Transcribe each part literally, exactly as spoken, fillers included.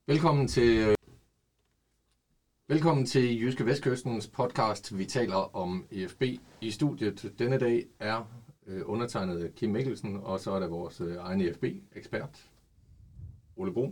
Velkommen til, velkommen til Jyske Vestkystens podcast. Vi taler om E F B. I studiet denne dag er øh, undertegnet Kim Mikkelsen, og så er der vores øh, egen E F B-ekspert, Ole Brun.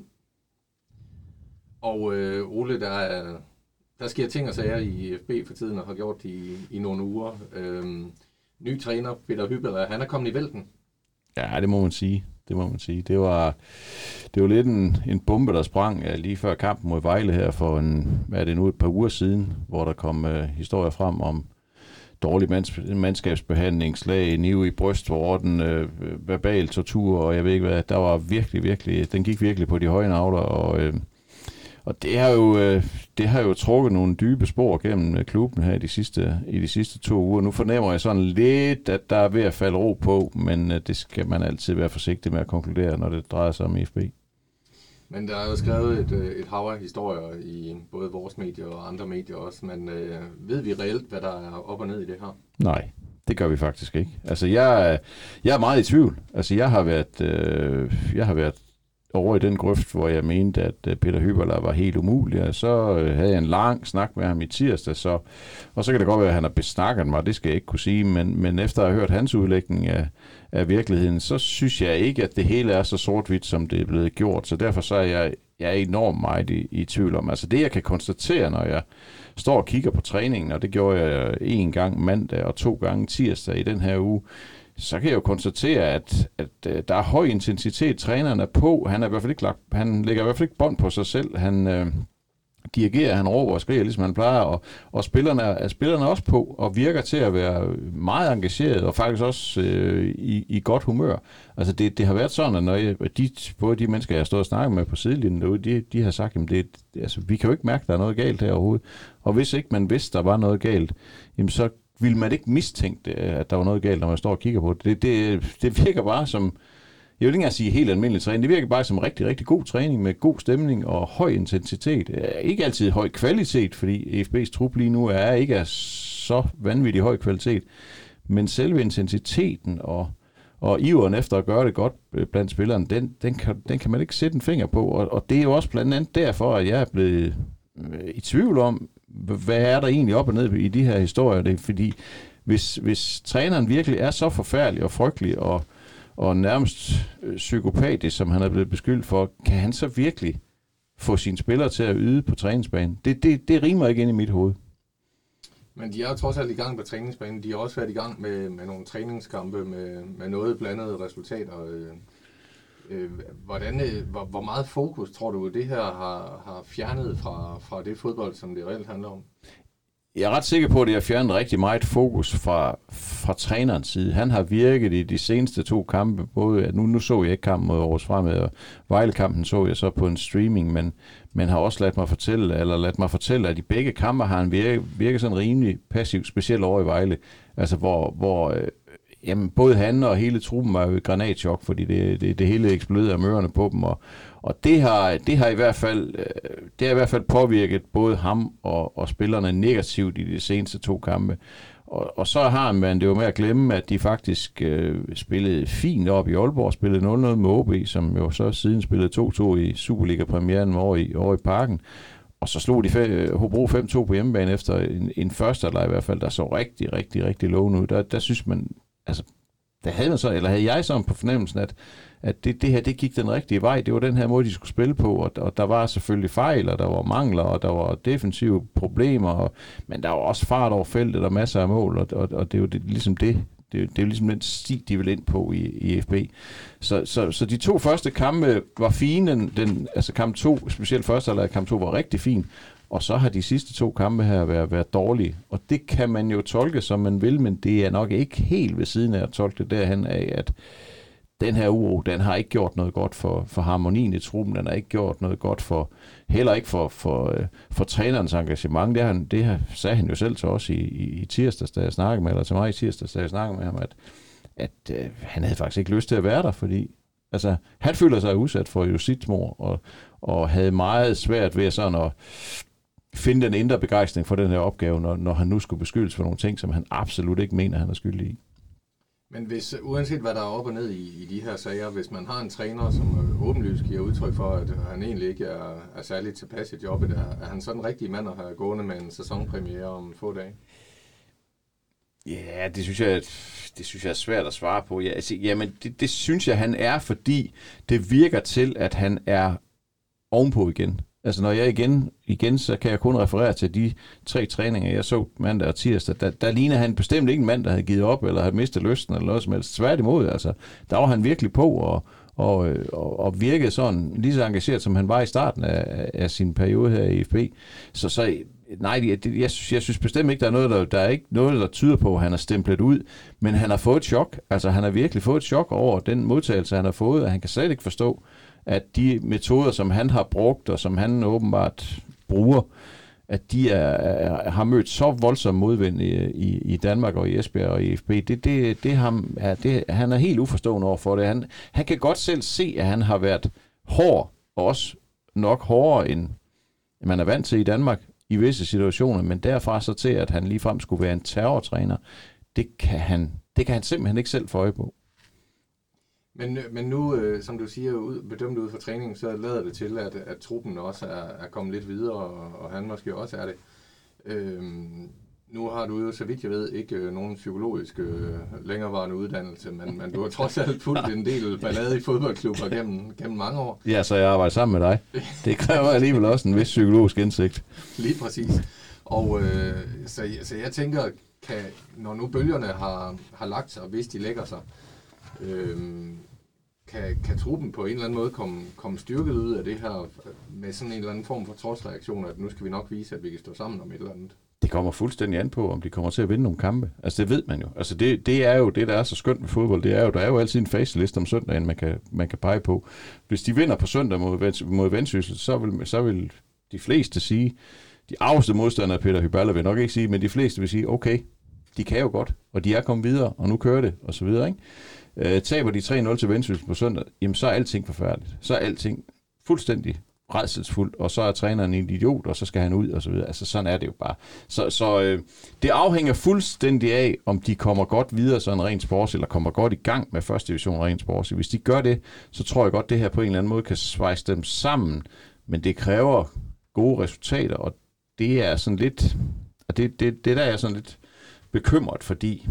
Og øh, Ole, der, er, der sker ting og sager i E F B for tiden, og har gjort det i, i nogle uger. Øh, ny træner, Peter Hyberler, han er kommet i vælten. Ja, det må man sige. Det må man sige. Det var, det var lidt en, en bombe, der sprang ja, lige før kampen mod Vejle her for en, hvad er det nu, et par uger siden, hvor der kom uh, historier frem om dårlig mands, mandskabsbehandling, slag, nive i brystvorten, uh, verbal tortur, og jeg ved ikke hvad. Der var virkelig, virkelig, den gik virkelig på de høje nagler, og, uh, og det har jo, uh, det har jo trukket nogle dybe spor gennem uh, klubben her i de sidste, i de sidste to uger. Nu fornemmer jeg sådan lidt, at der er ved at falde ro på, men uh, det skal man altid være forsigtig med at konkludere, når det drejer sig om E F B. Men der er jo skrevet et, et hav af historier i både vores medier og andre medier også, men øh, ved vi reelt, hvad der er op og ned i det her? Nej, det gør vi faktisk ikke. Altså, jeg, jeg er meget i tvivl. Altså, jeg har været, øh, jeg har været over i den grøft, hvor jeg mente, at Peter Hyberler var helt umulig, og så havde jeg en lang snak med ham i tirsdag, så, og så kan det godt være, at han har besnakket mig, det skal jeg ikke kunne sige, men, men efter at have hørt hans udlægning af, af virkeligheden, så synes jeg ikke, at det hele er så sort-hvidt, som det er blevet gjort, så derfor så er jeg, jeg er enormt meget i, i tvivl om. Altså det, jeg kan konstatere, når jeg står og kigger på træningen, og det gjorde jeg en gang mandag og to gange tirsdag i den her uge, så kan jeg jo konstatere, at, at, at der er høj intensitet. Træneren er på. Han er i hvert fald ikke lagt, han lægger i hvert fald ikke bånd på sig selv. Han øh, dirigerer, han råber og skriger, ligesom han plejer. Og, og spillerne, er, spillerne er også på og virker til at være meget engageret og faktisk også øh, i, i godt humør. Altså det, det har været sådan, at når jeg, de, både de mennesker, jeg har stået og snakket med på sidelinjen derude, de, de har sagt, at det, altså, vi kan jo ikke mærke, at der er noget galt her overhovedet. Og hvis ikke man vidste, der var noget galt, jamen så vil man ikke mistænke, at der var noget galt, når man står og kigger på det. Det, det, det virker bare som, jeg vil ikke engang sige helt almindelig træning, det virker bare som rigtig, rigtig god træning med god stemning og høj intensitet. Ikke altid høj kvalitet, fordi E F B's trup lige nu er ikke af så vanvittig høj kvalitet, men selve intensiteten og, og iveren efter at gøre det godt blandt spillerne, den, den, kan, den kan man ikke sætte en finger på, og, og det er jo også blandt andet derfor, at jeg er blevet i tvivl om, hvad er der egentlig op og ned i de her historier? Det er fordi, hvis, hvis træneren virkelig er så forfærdelig og frygtelig og, og nærmest psykopatisk, som han er blevet beskyldt for, kan han så virkelig få sine spillere til at yde på træningsbanen? Det, det, det rimer ikke ind i mit hoved. Men de er jo trods alt i gang på træningsbanen. De har også været i gang med, med nogle træningskampe med, med noget blandede resultater. Øh, hvordan, hvor, hvor meget fokus tror du, det her har, har fjernet fra, fra det fodbold, som det reelt handler om? Jeg er ret sikker på, at det har fjernet rigtig meget fokus fra, fra trænerens side. Han har virket i de seneste to kampe, både nu, nu så jeg ikke kampen mod Aarhus Fremad, og Vejle-kampen så jeg så på en streaming, men, men har også ladt mig fortælle, eller ladt mig fortælle, at i begge kampe har han virket, virket sådan rimelig passiv, specielt over i Vejle, altså hvor, hvor jamen, både han og hele truppen var jo i granatchok, fordi det, det, det hele eksploderede af mørerne på dem, og, og det, har, det, har i hvert fald, det har i hvert fald påvirket både ham og, og spillerne negativt i de seneste to kampe. Og, og så har man det jo med at glemme, at de faktisk øh, spillede fint op i Aalborg, spillede nul nul med O B, som jo så siden spillede to to i Superliga-premieren over i, over i Parken. Og så slog de Hobro fem to på hjemmebane efter en, en første halvleg i hvert fald, der så rigtig, rigtig, rigtig lovende ud. Der, der synes man, altså, der havde man så, eller havde jeg sådan på fornemmelsen, at, at det, det her, det gik den rigtige vej. Det var den her måde, de skulle spille på, og, og der var selvfølgelig fejl, og der var mangler, og der var defensive problemer, og, men der var også fart over feltet og masser af mål, og, og, og det er jo det, ligesom det. Det er, det er jo ligesom den sti, de vil ind på i, i E F B. Så, så, så de to første kampe var fine. Den, den, altså kamp to, specielt første halvleg kamp to, var rigtig fin. Og så har de sidste to kampe her været, været dårlige. Og det kan man jo tolke, som man vil, men det er nok ikke helt ved siden af at tolke det derhen af, at den her uro, den har ikke gjort noget godt for, for harmonien i truppen. Den har ikke gjort noget godt for, heller ikke for, for, for trænerens engagement. Det, han, det her, sagde han jo selv til os i, i, i tirsdags, da jeg snakkede med, eller til mig i tirsdags, da jeg snakkede med ham, at, at øh, han havde faktisk ikke lyst til at være der, fordi altså, han føler sig udsat for justitsmord, og, og havde meget svært ved sådan at finde den indre begejstring for den her opgave, når, når han nu skulle beskyldes for nogle ting, som han absolut ikke mener, han er skyldig i. Men hvis, uanset hvad der er op og ned i, i de her sager, hvis man har en træner, som åbenlyst giver udtryk for, at han egentlig ikke er, er særligt tilpas i jobbet, er, er han sådan en rigtig mand at have gående med en sæsonpremiere om få dage? Ja, det synes jeg, det synes jeg er svært at svare på. Ja, altså, jamen, det, det synes jeg, han er, fordi det virker til, at han er ovenpå igen. Altså, når jeg igen, igen, så kan jeg kun referere til de tre træninger, jeg så mandag og tirsdag. Der, der ligner han bestemt ikke en mand, der havde givet op, eller havde mistet lysten, eller noget som helst. Tværtimod, altså, der var han virkelig på, og, og, og, og virkede sådan lige så engageret, som han var i starten af, af sin periode her i F B. Så, så nej, det, jeg, synes, jeg synes bestemt ikke, der er noget, der, der er ikke noget, der tyder på, at han er stemplet ud, men han har fået et chok. Altså, han har virkelig fået et chok over den modtagelse, han har fået, og han kan slet ikke forstå, at de metoder, som han har brugt, og som han åbenbart bruger, at de er, er, har mødt så voldsom modvind i, i, i Danmark og i Esbjerg og i F B. Det, det, det, ham, er, det, han er helt uforstående over for det. Han, han kan godt selv se, at han har været hård, og også nok hårdere, end man er vant til i Danmark i visse situationer, men derfra så til, at han ligefrem skulle være en terrortræner, det kan han, det kan han simpelthen ikke selv få øje på. Men, men nu, øh, som du siger, ud, bedømt ud fra træningen, så lader det til, at, at truppen også er, er kommet lidt videre, og, og han måske også er det. Øhm, nu har du jo, så vidt jeg ved, ikke øh, nogen psykologisk øh, længerevarende uddannelse, men, men du har trods alt fulgt en del ballade i fodboldklubber gennem, gennem mange år. Ja, så jeg arbejder sammen med dig. Det kræver alligevel også en vis psykologisk indsigt. Lige præcis. Og øh, så, så jeg tænker, kan, når nu bølgerne har, har lagt sig, og hvis de lægger sig, Øhm, kan, kan truppen på en eller anden måde komme, komme styrket ud af det her med sådan en eller anden form for trodsreaktion, at nu skal vi nok vise, at vi kan stå sammen om et eller andet? Det kommer fuldstændig an på, om de kommer til at vinde nogle kampe. Altså det ved man jo. Altså det, det er jo det, der er så skønt med fodbold. Det er jo, der er jo altid en faceliste om søndagen, man kan, man kan pege på. Hvis de vinder på søndag mod, mod Vendsyssel, så vil, så vil de fleste sige, de arveste modstandere, Peter Hyballa vil nok ikke sige, men de fleste vil sige, okay, de kan jo godt, og de er kommet videre, og nu kører det, og så videre, ikke? Øh, taber de tre nul til Vendsyssel på søndag, jamen så er alting forfærdeligt. Så er alting fuldstændig rædselsfuldt, og så er træneren en idiot, og så skal han ud, og så videre. Altså sådan er det jo bare. Så, så øh, det afhænger fuldstændig af, om de kommer godt videre sådan rent sports, eller kommer godt i gang med første division rent sports. Hvis de gør det, så tror jeg godt, det her på en eller anden måde kan svejse dem sammen, men det kræver gode resultater, og det er sådan lidt, og det, det, det der er sådan lidt bekymret, fordi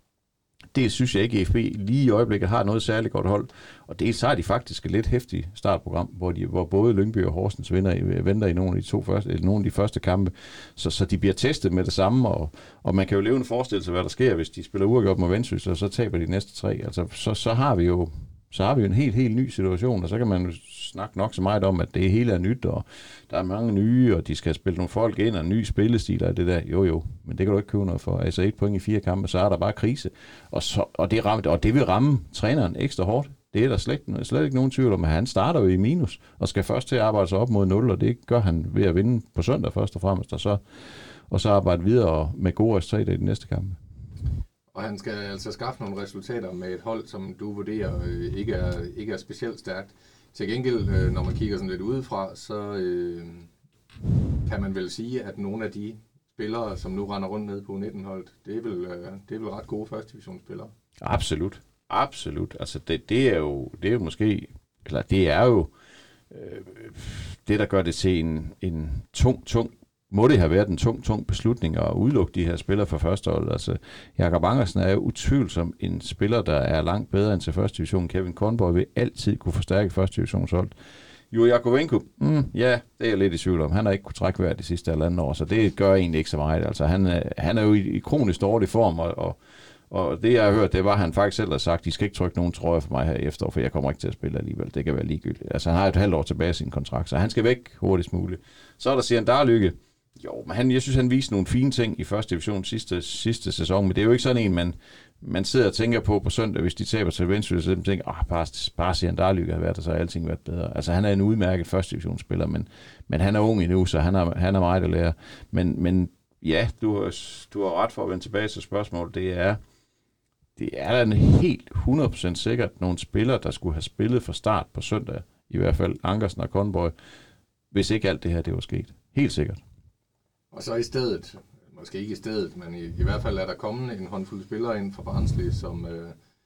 det synes jeg ikke, at F B lige i øjeblikket har noget særligt godt hold. Og dels har de faktisk et lidt hæftigt startprogram, hvor, de, hvor både Lyngby og Horsens vinder, venter i nogle af de to første, eller nogle af de første kampe. Så, så de bliver testet med det samme, og, og man kan jo levende forestille sig, hvad der sker, hvis de spiller uafgjort mod Vendsyssel, og så taber de næste tre. Altså, så, så har vi jo så har vi jo en helt, helt ny situation, og så kan man jo snakke nok så meget om, at det hele er nyt, og der er mange nye, og de skal spille nogle folk ind, og en ny spillestil og det der. Jo jo, men det kan du ikke købe noget for. Altså et point i fire kampe, så er der bare krise. Og, så, og, det, ramme, og det vil ramme træneren ekstra hårdt. Det er der slet, slet ikke nogen tvivl om, at han starter jo i minus, og skal først til at arbejde sig op mod nul, og det gør han ved at vinde på søndag først og fremmest, og så, og så arbejde videre med gode resultater i de næste kampe. Og han skal altså skaffe nogle resultater med et hold, som du vurderer øh, ikke, er, ikke er specielt stærkt. Til gengæld, øh, når man kigger sådan lidt udefra, så øh, kan man vel sige, at nogle af de spillere, som nu render rundt ned på U nitten-holdet, det er vel, øh, det er vel ret gode første divisionsspillere. Absolut. Absolut. Altså det, det er jo det er jo måske, eller det er jo øh, det, der gør det til en, en tung, tung må det have været en tung, tung beslutning at udelukke de her spillere fra første hold. Altså, Jakob Andersen er jo utvivlsom en spiller, der er langt bedre end til første division. Kevin Kornborg vil altid kunne forstærke første divisionshold. Jo, Jakovenko, mm, ja, det er jeg lidt i tvivl om. Han har ikke kunnet trække vejret de sidste halvanden år, så det gør egentlig ikke så meget. Altså, han, er, han er jo i, i kronisk dårlig form, og, og, og det jeg har hørt, det var, at han faktisk selv har sagt, de skal ikke trykke nogen trøjer for mig her i efterår, for jeg kommer ikke til at spille alligevel. Det kan være ligegyldigt. Altså, han har et halvt år tilbage i sin kontrakt, så han skal væk hurtigst muligt. Så er der Sian Darlykke. Jo, men han, jeg synes, han viste nogle fine ting i første division sidste, sidste sæson, men det er jo ikke sådan en, man, man sidder og tænker på på søndag, hvis de taber til Vendsyssel, så tænker man, bare, bare Sian Darlykke har været der, så har alting været bedre. Altså, han er en udmærket første divisionsspiller, men, men han er ung endnu, så han har, han har meget at lære. Men, men ja, du har, du har ret for at vende tilbage til spørgsmålet. Det er, det er da helt hundrede procent sikkert nogle spillere, der skulle have spillet fra start på søndag, i hvert fald Ankersen og Kornborg, hvis ikke alt det her det var sket. Helt sikkert. Og så i stedet, måske ikke i stedet, men i, i hvert fald er der kommet en håndfuld spillere ind fra Barnsley, som, øh,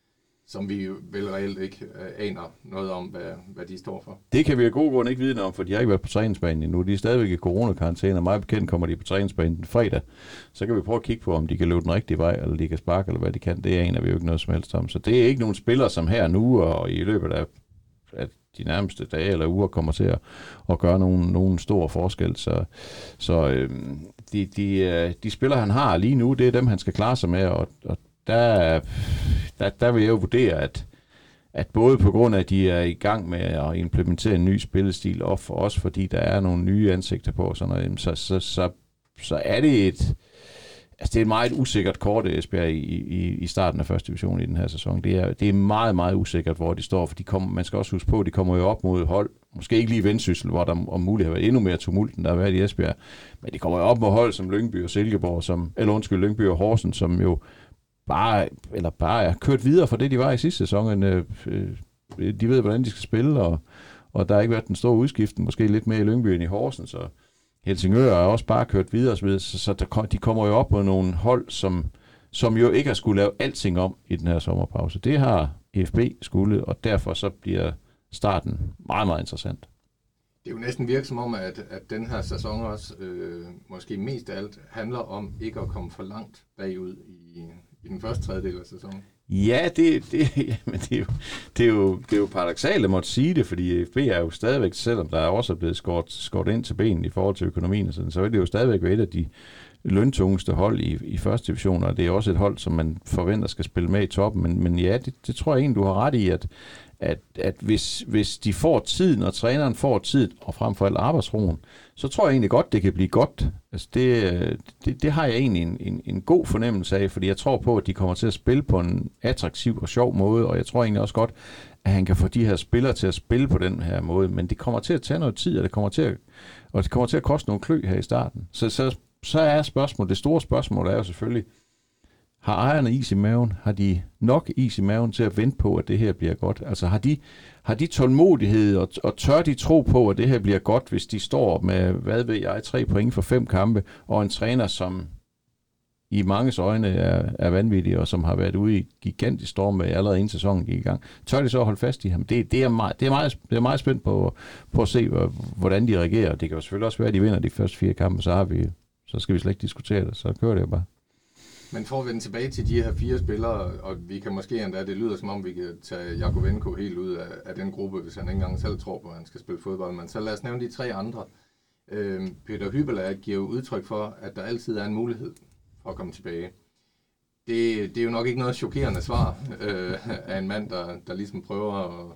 som vi vel reelt ikke øh, aner noget om, hvad, hvad de står for. Det kan vi af gode grunde ikke vide om, for de har ikke været på træningsbanen endnu. De er stadigvæk i coronakarantæne, og meget bekendt kommer de på træningsbanen den fredag. Så kan vi prøve at kigge på, om de kan løbe den rigtige vej, eller de kan sparke, eller hvad de kan. Det aner vi jo ikke noget som helst om. Så det er ikke nogen spillere, som her nu, og i løbet af, af de nærmeste dage eller uger, kommer til at, at gøre nogen, nogen stor forskel. Så, så øh, de, de, de spillere, han har lige nu, det er dem, han skal klare sig med, og, og der, der, der vil jeg jo vurdere, at at både på grund af, at de er i gang med at implementere en ny spillestil, og for os, fordi der er nogle nye ansigter på, sådan noget, så, så, så, så er det et, altså det er et meget usikkert kort, Esbjerg, i, i, i starten af første division i den her sæson. Det er, det er meget, meget usikkert, hvor de står, for de kommer, man skal også huske på, at de kommer jo op mod hold, måske ikke lige Vendsyssel, hvor der om muligt har været endnu mere tumult, end der har været i Esbjerg, men de kommer jo op mod hold som Lyngby og Silkeborg, som, eller undskyld, Lyngby og Horsens, som jo bare, eller bare er kørt videre fra det, de var i sidste sæson. Øh, de ved, hvordan de skal spille, og, og der har ikke været den store udskiften, måske lidt mere i Lyngby end i Horsens, og Helsingør er også bare kørt videre, og så, videre, så, så der, de kommer jo op på nogle hold, som, som jo ikke har skulle lave alting om i den her sommerpause. Det har E F B skulle, og derfor så bliver starten meget, meget interessant. Det er jo næsten virker som om, at, at den her sæson også øh, måske mest af alt handler om ikke at komme for langt bagud i i den første tredjedel af sæsonen. Ja, det, det, jamen det, er, jo, det, er, jo, det er jo paradoksalt at måtte sige det, fordi E F B er jo stadigvæk, selvom der er også blevet skåret, skåret ind til benen i forhold til økonomien, og sådan, så vil det jo stadigvæk være et af de løntungeste hold i, i første division, og det er også et hold, som man forventer skal spille med i toppen, men, men ja, det, det tror jeg egentlig, du har ret i, at, at, at hvis, hvis de får tiden, og træneren får tid, og frem for alt arbejdsroen, så tror jeg egentlig godt, det kan blive godt. Altså det, det, det har jeg egentlig en, en, en god fornemmelse af, fordi jeg tror på, at de kommer til at spille på en attraktiv og sjov måde, og jeg tror egentlig også godt, at han kan få de her spillere til at spille på den her måde, men det kommer til at tage noget tid, og det kommer til at, og det kommer til at koste nogle klø her i starten. Så, så, så er spørgsmålet, det store spørgsmål er jo selvfølgelig, har ejerne is i maven? Har de nok is i maven til at vente på, at det her bliver godt? Altså har de, har de tålmodighed, og, og tør de tro på, at det her bliver godt, hvis de står med, hvad ved jeg, tre point for fem kampe, og en træner, som i manges øjne er, er vanvittig, og som har været ude i gigantisk storm med allerede inden sæsonen gik i gang. Tør de så holde fast i ham? Det, det, er, meget, det, er, meget, det er meget spændt på, på at se, hvordan de reagerer. Det kan jo selvfølgelig også være, at de vinder de første fire kampe, så, har vi, så skal vi slet ikke diskutere det. Så kører det jo bare. Men for at vende tilbage til de her fire spillere, og vi kan måske endda, det lyder som om, vi kan tage Jakovenko helt ud af, af den gruppe, hvis han ikke engang selv tror på, at han skal spille fodbold. Men så lad os nævne de tre andre. Øh, Peter Hyballa giver jo udtryk for, at der altid er en mulighed for at komme tilbage. Det, det er jo nok ikke noget chokerende svar øh, af en mand, der, der ligesom prøver at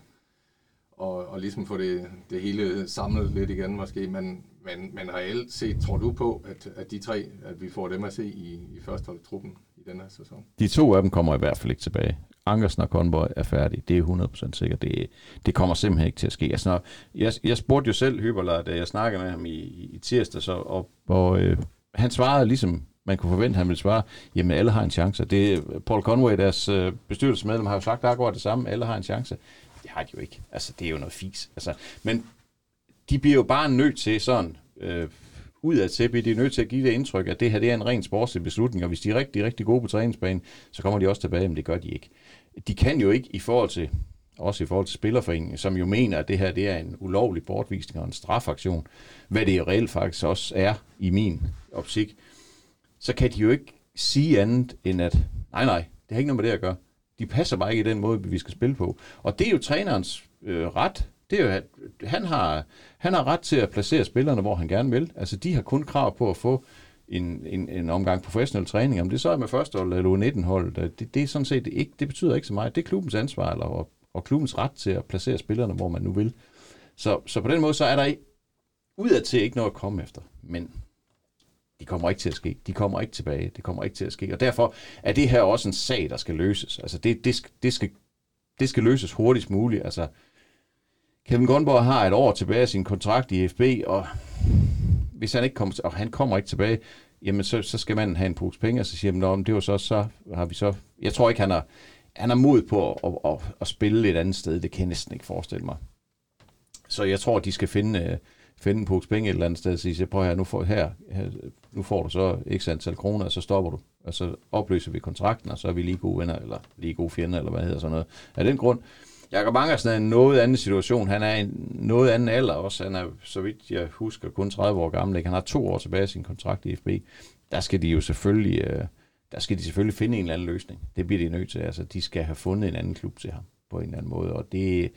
og, og ligesom få det, det hele samlet lidt igen måske, men, men, men reelt set, tror du på, at, at de tre, at vi får dem at se i, i førsteholdstruppen i den her sæson? De to af dem kommer i hvert fald ikke tilbage. Ankersen og Conboy er færdige, det er hundrede procent sikkert. Det, det kommer simpelthen ikke til at ske. Altså, når, jeg, jeg spurgte jo selv Hyballa, da jeg snakkede med ham i, i tirsdag, så, og, og øh, han svarede ligesom, man kunne forvente, at han ville svare, jamen alle har en chance. Det, Paul Conway, deres øh, bestyrelsesmedlem, har jo sagt akkurat det samme, alle har en chance. Det har de jo ikke. Altså, det er jo noget fis. Altså, men de bliver jo bare nødt til sådan, øh, udad til, bliver de nødt til at give det indtryk, at det her det er en ren sportslig beslutning, og hvis de er rigtig, rigtig gode på træningsbanen, så kommer de også tilbage, men det gør de ikke. De kan jo ikke i forhold til, også i forhold til Spillerforeningen, som jo mener, at det her det er en ulovlig bortvisning og en strafaktion, hvad det jo reelt faktisk også er i min optik, så kan de jo ikke sige andet end at, nej nej, det har ikke noget med det at gøre. De passer bare ikke i den måde, vi skal spille på. Og det er jo trænerens øh, ret. Det er jo, at han har, han har ret til at placere spillerne, hvor han gerne vil. Altså, de har kun krav på at få en, en, en omgang professionel træning. Om det så er med førstehold eller U nitten-hold, det, det er sådan set ikke, det betyder ikke så meget. Det er klubbens ansvar, eller, og, og klubbens ret til at placere spillerne, hvor man nu vil. Så, så på den måde, så er der udadtil ikke noget at komme efter. Men de kommer ikke til at ske. De kommer ikke tilbage. Det kommer ikke til at ske. Og derfor er det her også en sag, der skal løses. Altså, det, det, det, skal, det skal løses hurtigst muligt. Altså, Kevin Grønborg har et år tilbage af sin kontrakt i F B, og hvis han ikke kommer, og han kommer ikke tilbage, jamen så, så skal man have en pose penge, og så siger man, det var så, så har vi så... Jeg tror ikke, han har, han har mod på at, at, at, at spille et andet sted. Det kan jeg næsten ikke forestille mig. Så jeg tror, de skal finde, finde en pose penge et eller andet sted og sige, prøv her, nu får, her, her, nu får du så x antal kroner, og så stopper du. Og så opløser vi kontrakten, og så er vi lige gode venner, eller lige gode fjender, eller hvad hedder sådan noget. Af den grund, Jakob Ankersen er i en noget anden situation. Han er i en noget anden alder også. Han er, så vidt jeg husker, kun tredive år gammel. Ikke? Han har to år tilbage i sin kontrakt i F B. Der skal de jo selvfølgelig, øh, der skal de selvfølgelig finde en eller anden løsning. Det bliver de nødt til. Altså, de skal have fundet en anden klub til ham på en eller anden måde. Og det,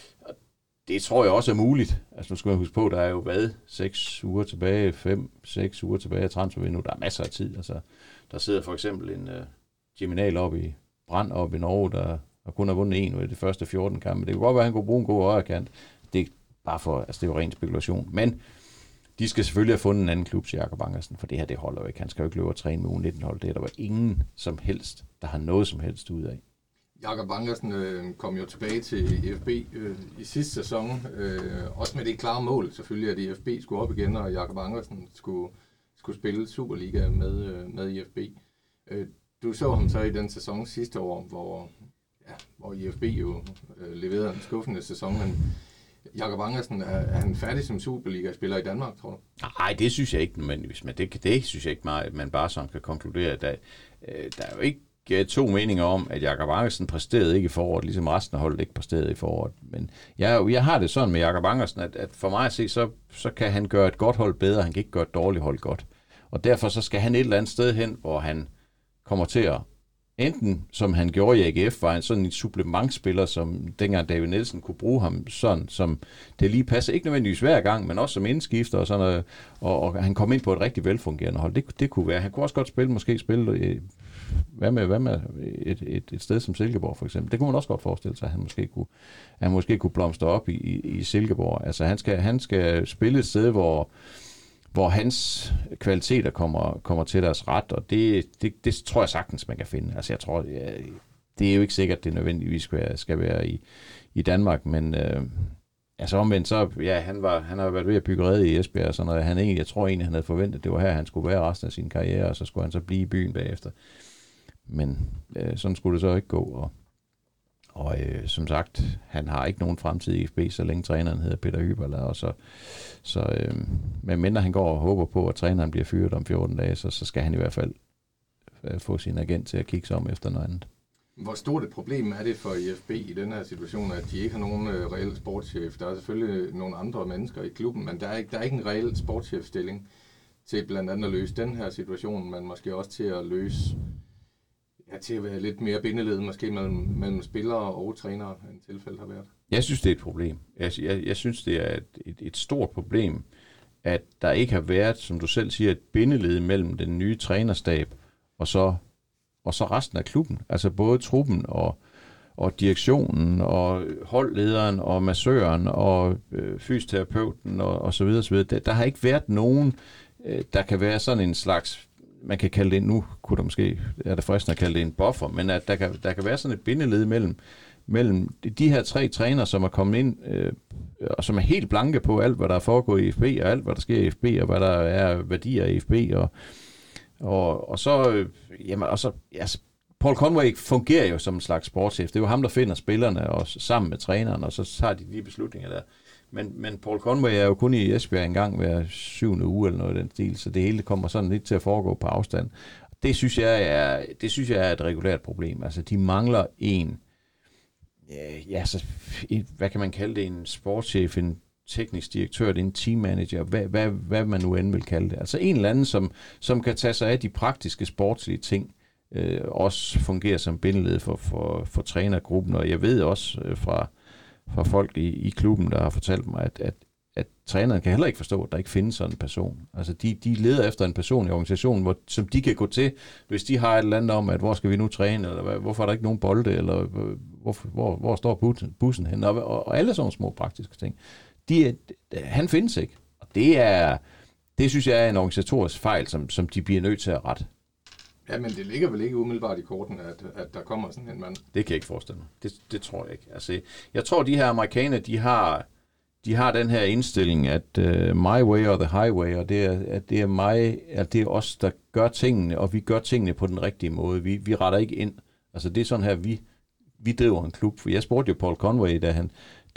det tror jeg også er muligt. Altså, nu skal man huske på, der er jo hvad? Seks uger tilbage, fem, seks uger tilbage af transfervinduet. Der er masser af tid. Altså, der sidder for eksempel en uh, Geminal oppe i Brand oppe i Norge, der og kun har vundet en ud af de første fjorten kampe. Det kan godt være, at han kunne bruge en god højrekant. Det er bare for, altså det er jo ren spekulation. Men de skal selvfølgelig have fundet en anden klub til Jakob Ankersen, for det her, det holder jo ikke. Han skal jo ikke løbe og træne med U nitten-hold. Det er der var ingen som helst, der har noget som helst ud af. Jakob Ankersen øh, kom jo tilbage til F B øh, i sidste sæson, øh, også med det klare mål selvfølgelig, at F B skulle op igen, og Jakob Ankersen skulle, skulle spille Superliga med, øh, med I F B. Øh, du så ham så i den sæson sidste år, hvor, ja, hvor I F B jo øh, leverede en skuffende sæson, men Jakob Ankersen, er, er han færdig som Superliga-spiller i Danmark, tror du? Nej, det synes jeg ikke nødvendigvis, men det, det synes jeg ikke meget, at man bare sådan kan konkludere. Der, øh, der er jo ikke to meninger om, at Jakob Ankersen præsterede ikke i foråret, ligesom resten af holdet ikke præsterede i foråret. Men jeg, jeg har det sådan med Jakob Ankersen, at, at for mig at se, så, så kan han gøre et godt hold bedre, han kan ikke gøre et dårligt hold godt. Og derfor så skal han et eller andet sted hen, hvor han kommer til at, enten som han gjorde i A G F, var han sådan en supplementspiller, som dengang David Nielsen kunne bruge ham sådan, som det lige passer, ikke nødvendigvis hver gang, men også som indskifter og sådan noget, og, og han kom ind på et rigtig velfungerende hold. Det, det kunne være. Han kunne også godt spille, måske spille, hvad med, hvad med et, et, et sted som Silkeborg for eksempel. Det kunne man også godt forestille sig, at han måske kunne, han måske kunne blomstre op i, i, i Silkeborg. Altså han skal, han skal spille et sted, hvor hvor hans kvaliteter kommer, kommer til deres ret, og det, det, det tror jeg sagtens, man kan finde. Altså jeg tror, ja, det er jo ikke sikkert, at det nødvendigvis skal være, skal være i, i Danmark, men øh, altså omvendt, så ja, han, var, han har været ved at bygge rede i Esbjerg, og sådan noget. Han egentlig, jeg tror egentlig, han havde forventet, det var her, han skulle være resten af sin karriere, og så skulle han så blive i byen bagefter. Men øh, sådan skulle det så ikke gå, og Og øh, som sagt, han har ikke nogen fremtid i F B, så længe træneren hedder Peter Hyberla. Og så, så øh, men mindre han går og håber på, at træneren bliver fyret om fjorten dage, så, så skal han i hvert fald øh, få sin agent til at kigge sig om efter noget andet. Hvor stort et problem er det for I F B i den her situation, at de ikke har nogen øh, reel sportschef? Der er selvfølgelig nogle andre mennesker i klubben, men der er ikke, der er ikke en reel sportschefstilling til blandt andet at løse den her situation, men måske også til at løse, ja, til at være lidt mere bindeled måske mellem, mellem spillere og trænere, end tilfældet har været. Jeg synes, det er et problem. Jeg, jeg, jeg synes, det er et, et, et stort problem, at der ikke har været, som du selv siger, et bindeled mellem den nye trænerstab og så, og så resten af klubben. Altså både truppen og, og direktionen og holdlederen og massøren og øh, fysioterapeuten og, og så videre, så videre. Der, der har ikke været nogen, øh, der kan være sådan en slags, man kan kalde det, nu kunne der måske, er det fristende at kalde det en buffer, men at der kan, der kan være sådan et bindeled mellem, mellem de her tre trænere, som er kommet ind, øh, og som er helt blanke på alt, hvad der er foregået i F B, og alt, hvad der sker i F B, og hvad der er værdier i F B, og, og, og så, øh, jamen, og så, altså, Paul Conway fungerer jo som en slags sportschef. Det er jo ham, der finder spillerne, og sammen med træneren, og så tager de de beslutninger der. Men, men Paul Conway er jo kun i Esbjerg en gang hver syvende uge, eller noget i den stil, så det hele kommer sådan lidt til at foregå på afstand. Det synes jeg er, det synes jeg er et regulært problem. Altså, de mangler en, ja, så, hvad kan man kalde det, en sportschef, en teknisk direktør, det er en teammanager, hvad, hvad, hvad man nu end vil kalde det. Altså en eller anden, som, som kan tage sig af de praktiske sportslige ting, øh, også fungerer som bindeled for, for, for trænergruppen, og jeg ved også øh, fra, fra folk i, i klubben, der har fortalt mig, at, at, at træneren kan heller ikke forstå, at der ikke findes sådan en person. Altså de, de leder efter en person i organisationen, hvor, som de kan gå til, hvis de har et eller andet om, at hvor skal vi nu træne, eller hvad, hvorfor er der ikke nogen bolde, eller hvor, hvor, hvor står bussen, bussen hen, og, og alle sådan små praktiske ting. De, han findes ikke, og det er, det synes jeg er en organisatorisk fejl, som, som de bliver nødt til at rette. Ja, men det ligger vel ikke umiddelbart i korten, at, at der kommer sådan en mand? Det kan jeg ikke forestille mig. Det, det tror jeg ikke. Altså, jeg tror, de her amerikanere, de har, de har den her indstilling, at uh, my way or the highway, og det er, at det er mig, at det er os, der gør tingene, og vi gør tingene på den rigtige måde. Vi, vi retter ikke ind. Altså, det er sådan her, vi, vi driver en klub. For jeg spurgte jo Paul Conway, da han,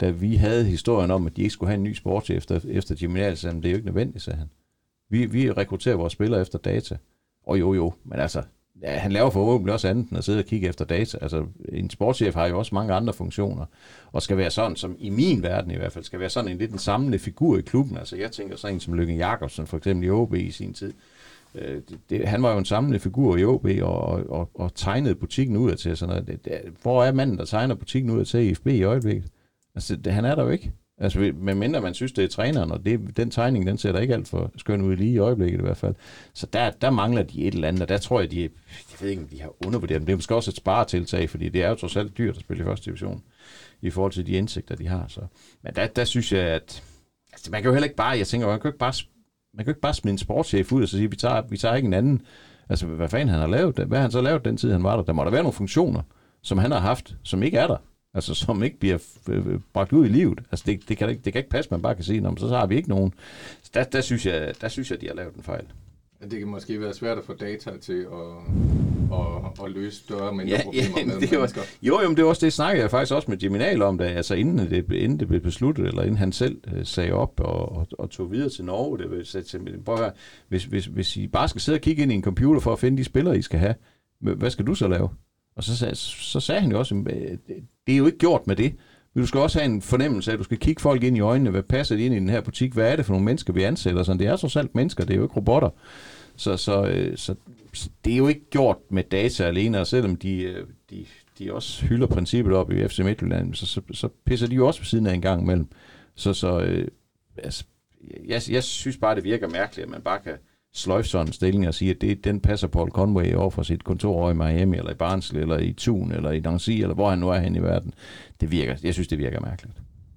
da vi havde historien om, at de ikke skulle have en ny sportschef efter, efter gymnasiet, så det er jo ikke nødvendigt, sagde han. Vi, vi rekrutterer vores spillere efter data. Og jo jo, men altså, ja, han laver forhåbentlig også andet end at sidde og kigge efter data. Altså, en sportschef har jo også mange andre funktioner, og skal være sådan, som i min verden i hvert fald, skal være sådan en lidt en samlende figur i klubben. Altså, jeg tænker sådan en som Lykke Jacobsen, for eksempel i O B i sin tid. Det, det, han var jo en samlende figur i O B og, og, og, og tegnede butikken ud til sådan noget. Det, det, hvor er manden, der tegner butikken ud til i F B i øjeblikket? Altså, det, han er der jo ikke. Altså, medmindre man synes, det er træneren, og det, den tegning, den ser da ikke alt for skøn ud lige i øjeblikket i hvert fald. Så der, der mangler de et eller andet, og der tror jeg, de, jeg ved ikke, om de har undervurderet dem. Det er måske også et sparetiltag, fordi det er jo trods alt dyrt at spille i første division, i forhold til de indsigter, de har. Så. Men der, der synes jeg, at altså, man kan jo heller ikke bare, jeg tænker, man kan jo ikke bare, man kan jo ikke bare smide en sportschef ud og så sige, vi tager, vi tager ikke en anden. Altså, hvad fanden han har lavet? Hvad har han så lavet den tid, han var der? Der må der være nogle funktioner, som han har haft, som ikke er der. Altså, som ikke bliver f- bragt ud i livet. Altså, det, det, kan ikke, det kan ikke passe, man bare kan sige, så, så har vi ikke nogen. Så der, der, synes jeg, der synes jeg, de har lavet en fejl. Det kan måske være svært at få data til at, at, at løse større og mindre ja, problemer ja, med det mennesker. Var, jo, jo, men det var også det, snakkede jeg faktisk også med Jimmy Nahl om, da, altså inden det, inden det blev besluttet, eller inden han selv uh, sagde op og, og, og tog videre til Norge. Det vil sætte til, prøv at høre, hvis, hvis, hvis I bare skal sidde og kigge ind i en computer for at finde de spillere, I skal have, hvad skal du så lave? Og så, så, så sagde han jo også, at det er jo ikke gjort med det. Du skal også have en fornemmelse af, at du skal kigge folk ind i øjnene. Hvad passer de ind i den her butik? Hvad er det for nogle mennesker, vi ansætter? Sådan, det er så alt mennesker, det er jo ikke robotter. Så, så, så, så det er jo ikke gjort med data alene, og selvom de, de, de også hylder princippet op i F C Midtjylland, så, så, så pisser de jo også på siden af en gang imellem. Så, så altså, jeg, jeg synes bare, det virker mærkeligt, at man bare kan sløjfe sådan en stilling og sige, at det, den passer Paul Conway over for sit kontor over i Miami, eller i Barnsley, eller i Thun, eller i Nancy, eller hvor han nu er henne i verden. Det virker, jeg synes, det virker mærkeligt.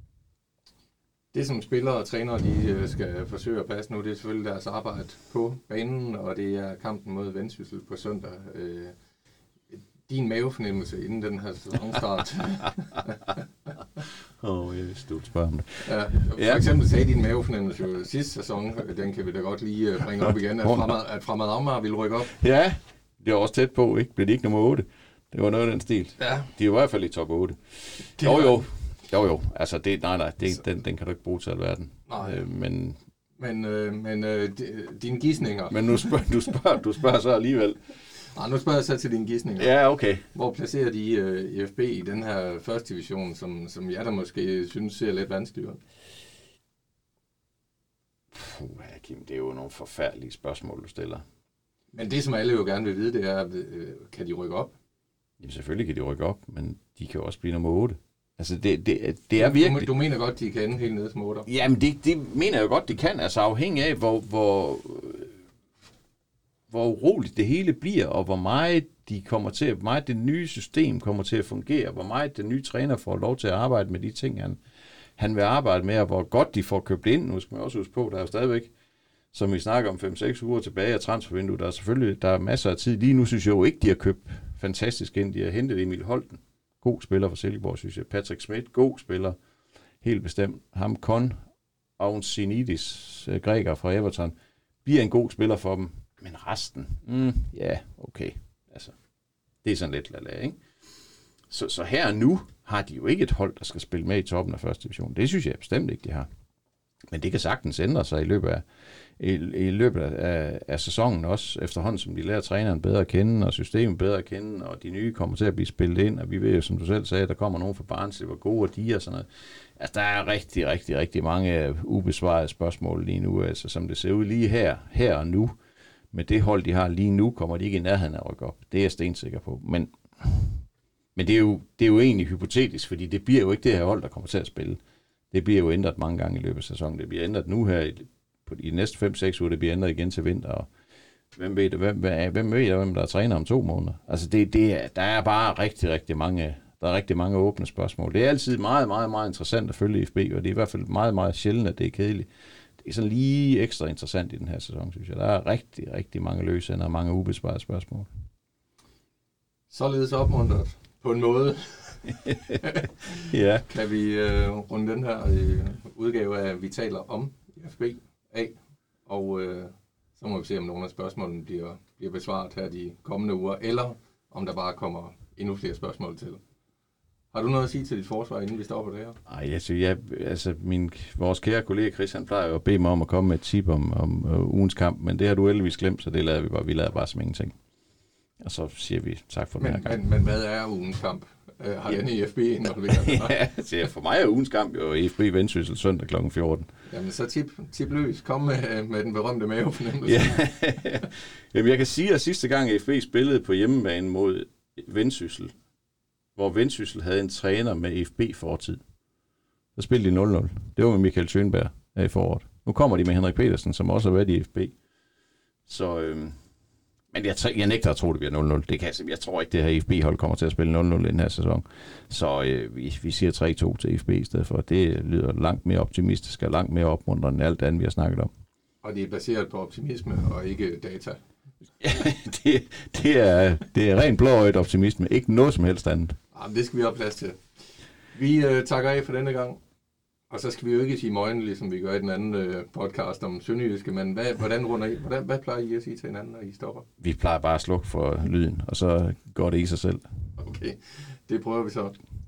Det, som spillere og trænere de skal forsøge at passe nu, det er selvfølgelig deres arbejde på banen, og det er kampen mod Vendsyssel på søndag. Din mavefornemmelse inden den her sæsonstart. Åh, oh, jeg vidste, du spørger om det. Ja, for ja. eksempel sagde din mavefornemmelse jo sidste sæson, den kan vi da godt lige bringe op igen, at Fremad, at Fremad Amager ville rykke op. Ja, det var også tæt på, ikke? Blev det ikke nummer otte? Det var noget af den stil. Ja. De er i hvert fald i top otte. Det jo, jo. Jo, jo. Altså, det, nej, nej, det, den, den kan du ikke bruge til alverden. Nej. Øh, men... Men, øh, men øh, dine gidsninger... Men nu spørger du, spørger, du spørger så alligevel... Nej, nu spørger jeg så til dine gidsninger. Ja, okay. Hvor placerer de uh, i F B i den her første division, som, som jeg da måske synes ser lidt vanskeligere? Puh, Kim, det er jo nogle forfærdelige spørgsmål, du stiller. Men det, som alle jo gerne vil vide, det er, øh, kan de rykke op? Jamen selvfølgelig kan de rykke op, men de kan jo også blive nummer otte. Altså, det, det, det er virkelig... Du, du mener godt, de kan ende helt nede som otter? Jamen, det, det mener jeg jo godt, de kan. Altså, afhængig af, hvor... hvor hvor uroligt det hele bliver, og hvor meget de kommer til, hvor meget det nye system kommer til at fungere, hvor meget den nye træner får lov til at arbejde med de ting, han, han vil arbejde med, og hvor godt de får købt ind. Nu skal man også huske på, der er jo stadigvæk, som vi snakker om, fem seks uger tilbage af transfervinduet. Der er selvfølgelig der er masser af tid. Lige nu synes jeg jo ikke, de har købt fantastisk ind. De har hentet Emil Holten. God spiller for Silkeborg, synes jeg. Patrick Schmidt, god spiller. Helt bestemt. Ham Kon Aunsinidis, græker fra Everton, bliver en god spiller for dem. Men resten, mm, ja, okay. Altså, det er sådan lidt lala, ikke? Så, så her og nu har de jo ikke et hold, der skal spille med i toppen af første division. Det synes jeg bestemt ikke, de har. Men det kan sagtens ændre sig i løbet af, i, i løbet af, af sæsonen også, efterhånden som de lærer træneren bedre at kende, og systemet bedre at kende, og de nye kommer til at blive spillet ind, og vi ved jo, som du selv sagde, der kommer nogen fra Barnsley, hvor gode og de og sådan noget. Altså, der er rigtig, rigtig, rigtig mange ubesvarede spørgsmål lige nu, altså som det ser ud lige her, her og nu. Med det hold, de har lige nu, kommer de ikke i nærheden af at rykke op. Det er jeg stensikker på. Men, men det, er jo, det er jo egentlig hypotetisk, fordi det bliver jo ikke det her hold, der kommer til at spille. Det bliver jo ændret mange gange i løbet af sæsonen. Det bliver ændret nu her i, på de næste fem seks uger. Det bliver ændret igen til vinter. Og hvem ved det? Hvem, hvem ved det, hvem der er træner om to måneder? Altså, det, det er, der er bare rigtig, rigtig mange, der er rigtig mange åbne spørgsmål. Det er altid meget, meget, meget interessant at følge F B, og det er i hvert fald meget, meget sjældent, at det er kedeligt. Det er sådan lige ekstra interessant i den her sæson, synes jeg. Der er rigtig, rigtig mange løsender og mange ubesvarede spørgsmål. Således opmuntret på en måde. Ja. Kan vi øh, runde den her øh, udgave af, vi taler om F B af, og øh, så må vi se, om nogle af spørgsmålene bliver, bliver besvaret her de kommende uger, eller om der bare kommer endnu flere spørgsmål til. Har du noget at sige til dit forsvar, inden vi stopper det her? Ej, altså, jeg, altså min, vores kære kollega Chris, han plejer jo at bede mig om at komme med et tip om, om uh, ugens kamp, men det har du heldigvis glemt, så det lader vi bare. Vi lader bare som ingenting. Og så siger vi tak for den men, her kamp. Men, men hvad er ugens kamp? Uh, har den i F B involveret? Ja, altså, for mig er ugens kamp jo F B Vendsyssel søndag klokken fjorten. Jamen så tip, tip løs. Kom med, med den berømte mavefornemmelse. Ja. Jamen jeg kan sige, at sidste gang F B spillede på hjemmebane mod Vendsyssel, hvor Vendsyssel havde en træner med F B-fortid, så spillede de nul nul. Det var med Michael Schönberg her i foråret. Nu kommer de med Henrik Petersen, som også har været i F B. Så, øhm, men jeg, jeg nægter at tro, det bliver nul nul. Det kan, jeg tror ikke, det her F B-hold kommer til at spille nul nul i den her sæson. Så øh, vi, vi siger tre to til F B i stedet for. Det lyder langt mere optimistisk og langt mere opmuntrende end alt andet, vi har snakket om. Og det er baseret på optimisme og ikke data. Ja, det, det, er, det er ren blåøjet optimisme. Ikke noget som helst andet. Jamen, det skal vi have plads til. Vi øh, takker af for denne gang. Og så skal vi jo ikke sige morgen, ligesom vi gør i den anden øh, podcast om Sønderjyske, men hvad, hvordan runder I? Hvordan, hvad plejer I at sige til hinanden, når I stopper? Vi plejer bare at slukke for lyden, og så går det i sig selv. Okay, det prøver vi så.